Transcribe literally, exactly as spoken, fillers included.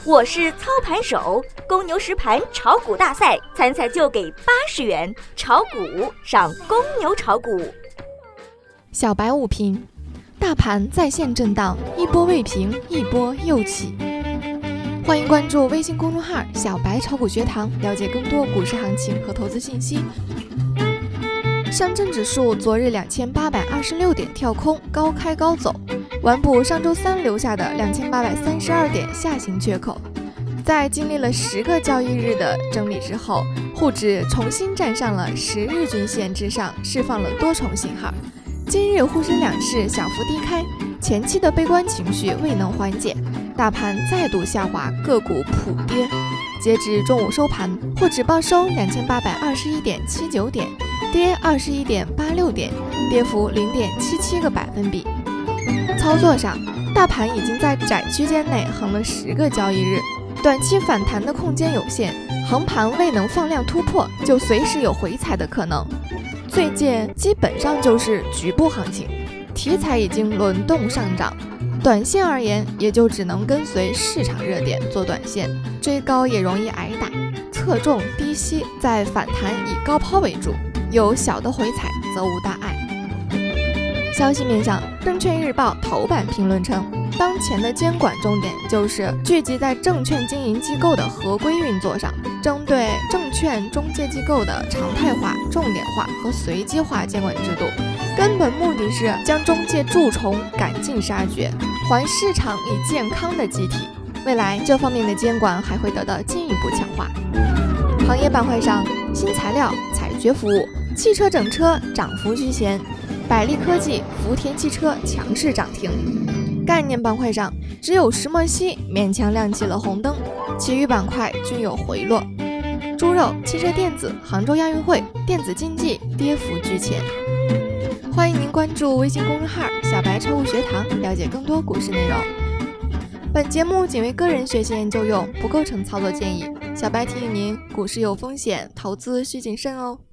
我是操盘手，公牛实盘炒股大赛参赛就给八十元，炒股上公牛炒股。 小白午评：大盘在线震荡，一波未平，一波又起。欢迎关注微信公众号小白炒股学堂，了解更多股市行情和投资信息。上证指数昨日两千八百二十六点跳空，高开高走，完补上周三留下的两千八百三十二点下行缺口。在经历了十个交易日的整理之后，沪指重新站上了十日均线之上，释放了多重信号。今日沪深两市小幅低开，前期的悲观情绪未能缓解，大盘再度下滑，个股普跌。截至中午收盘，沪指报收两千八百二十一点七九点，跌二十一点八六点，跌幅零点七七个百分比。操作上，大盘已经在窄区间内横了十个交易日，短期反弹的空间有限，横盘未能放量突破，就随时有回踩的可能。最近基本上就是局部行情，题材已经轮动上涨，短线而言也就只能跟随市场热点做短线，追高也容易挨打，侧重低吸，在反弹以高抛为主，有小的回踩则无大碍。消息面上，证券日报头版评论称，当前的监管重点就是聚集在证券经营机构的合规运作上，针对证券中介机构的常态化、重点化和随机化监管制度，根本目的是将中介蛀虫赶尽杀绝，还市场以健康的机体。未来这方面的监管还会得到进一步强化。行业板块上，新材料、采掘服务、汽车整车涨幅居前，百利科技、福田汽车强势涨停。概念板块上，只有石墨烯勉强亮起了红灯，其余板块均有回落。猪肉、汽车电子、杭州亚运会、电子竞技跌幅居前。欢迎您关注微信公众号小白炒股学堂，了解更多股市内容。本节目仅为个人学习研究用，不构成操作建议。小白提醒您，股市有风险，投资需谨慎哦。